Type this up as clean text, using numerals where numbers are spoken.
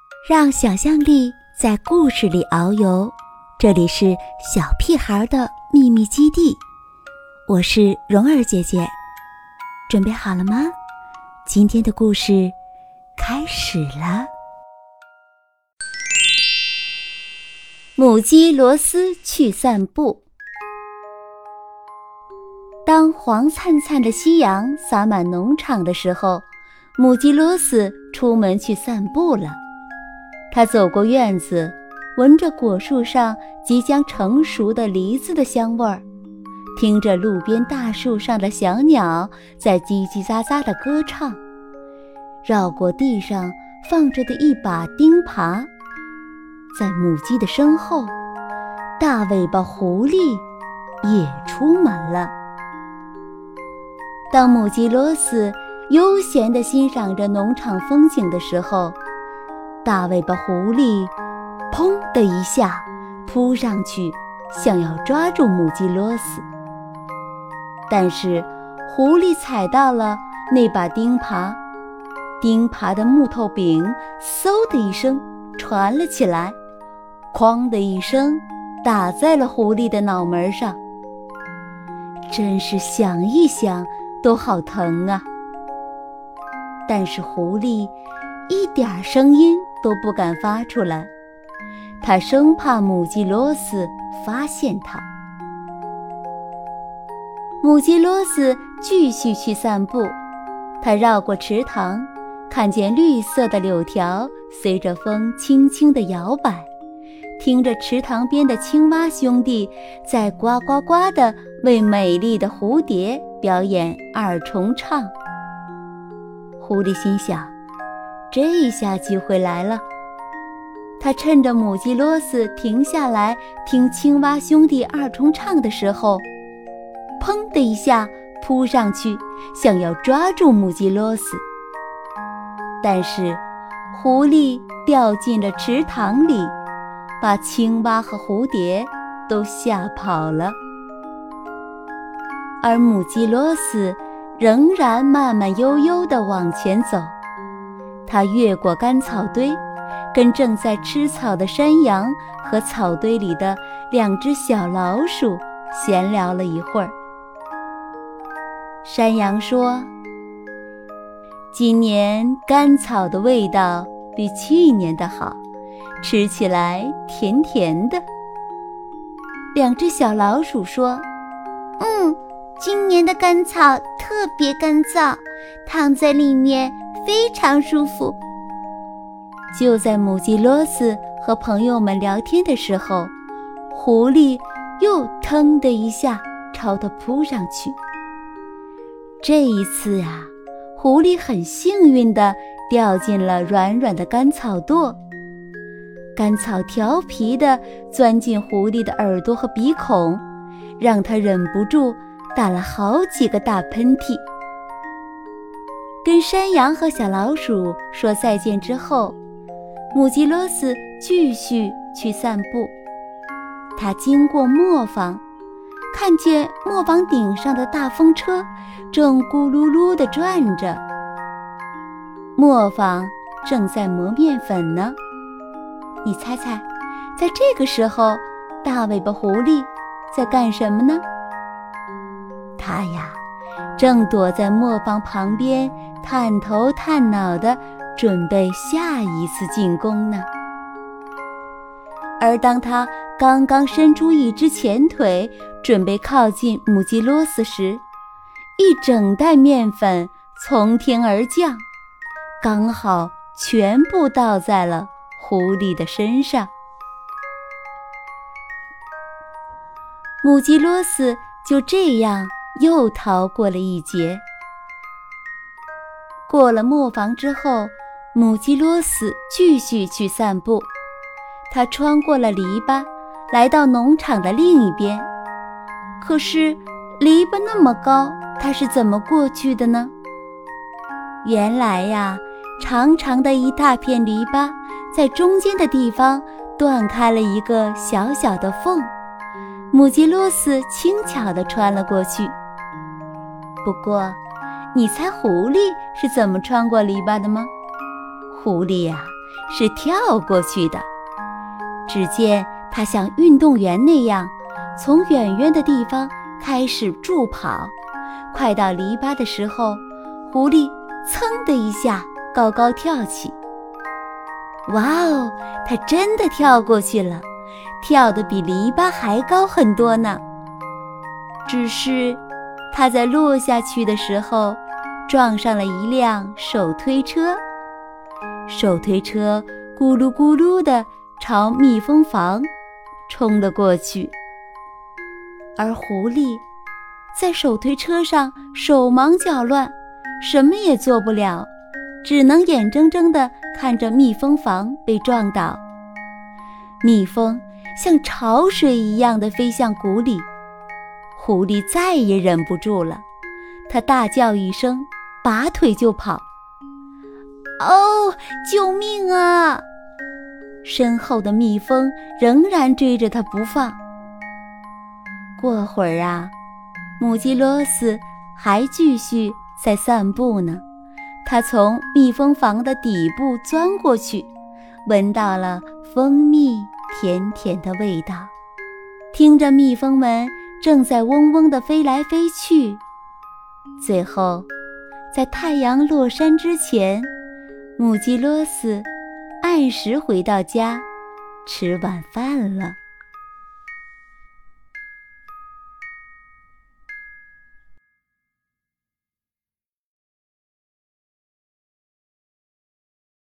让想象力在故事里遨游，这里是小屁孩的秘密基地，我是蓉儿姐姐，准备好了吗？今天的故事开始了。母鸡罗斯去散步。当黄灿灿的夕阳洒满农场的时候，母鸡罗斯出门去散步了。他走过院子，闻着果树上即将成熟的梨子的香味儿，听着路边大树上的小鸟在叽叽喳喳地歌唱，绕过地上放着的一把钉耙，在母鸡的身后，大尾巴狐狸也出门了。当母鸡罗斯悠闲地欣赏着农场风景的时候，大尾巴狐狸砰的一下扑上去，想要抓住母鸡罗斯。但是狐狸踩到了那把钉耙，钉耙的木头柄嗖的一声传了起来，哐的一声打在了狐狸的脑门上。真是想一想都好疼啊！但是狐狸一点声音都不敢发出来，他生怕母鸡罗斯发现它。母鸡罗斯继续去散步，它绕过池塘，看见绿色的柳条随着风轻轻地摇摆，听着池塘边的青蛙兄弟在呱呱呱地为美丽的蝴蝶表演二重唱。狐狸心想，这一下机会来了。他趁着母鸡罗斯停下来听青蛙兄弟二重唱的时候，砰的一下扑上去，想要抓住母鸡罗斯。但是狐狸掉进了池塘里，把青蛙和蝴蝶都吓跑了。而母鸡罗斯仍然慢慢悠悠地往前走，它越过干草堆，跟正在吃草的山羊和草堆里的2只小老鼠闲聊了一会儿。山羊说，今年干草的味道比去年的好，吃起来甜甜的。2只小老鼠说， 今年的干草特别干燥，躺在里面非常舒服。 就在母鸡罗斯和朋友们聊天的时候，狐狸又腾的一下朝它扑上去。这一次啊，狐狸很幸运地掉进了软软的干草垛，干草调皮地钻进狐狸的耳朵和鼻孔，让它忍不住打了好几个大喷嚏。跟山羊和小老鼠说再见之后，母鸡罗斯继续去散步。它经过磨坊，看见磨坊顶上的大风车正咕噜噜地转着。磨坊正在磨面粉呢。你猜猜，在这个时候，大尾巴狐狸在干什么呢？它呀，正躲在磨坊旁边探头探脑地准备下一次进攻呢。而当它刚刚伸出一只前腿准备靠近母鸡罗斯时，一整袋面粉从天而降，刚好全部倒在了狐狸的身上。母鸡罗斯就这样又逃过了一劫。过了磨坊之后，母鸡罗斯继续去散步。它穿过了篱笆，来到农场的另一边。可是篱笆那么高，它是怎么过去的呢？原来呀，长长的一大片篱笆在中间的地方断开了一个小小的缝，母鸡罗斯轻巧地穿了过去。不过，你猜狐狸是怎么穿过篱笆的吗？狐狸呀， 是跳过去的。只见它像运动员那样，从远远的地方开始助跑，快到篱笆的时候，狐狸噌的一下高高跳起。哇哦，它真的跳过去了，跳得比篱笆还高很多呢。只是它在落下去的时候，撞上了一辆手推车，手推车咕噜咕噜地朝蜜蜂房冲了过去。而狐狸在手推车上手忙脚乱，什么也做不了，只能眼睁睁地看着蜜蜂房被撞倒。蜜蜂像潮水一样地飞向谷里，狐狸再也忍不住了，它大叫一声，拔腿就跑。 哦，救命啊！ 身后的蜜蜂仍然追着它不放。过会儿啊，母鸡罗斯还继续在散步呢。它从蜜蜂房的底部钻过去，闻到了蜂蜜甜甜的味道，听着蜜蜂们正在嗡嗡地飞来飞去。最后，在太阳落山之前，母鸡罗斯按时回到家吃晚饭了。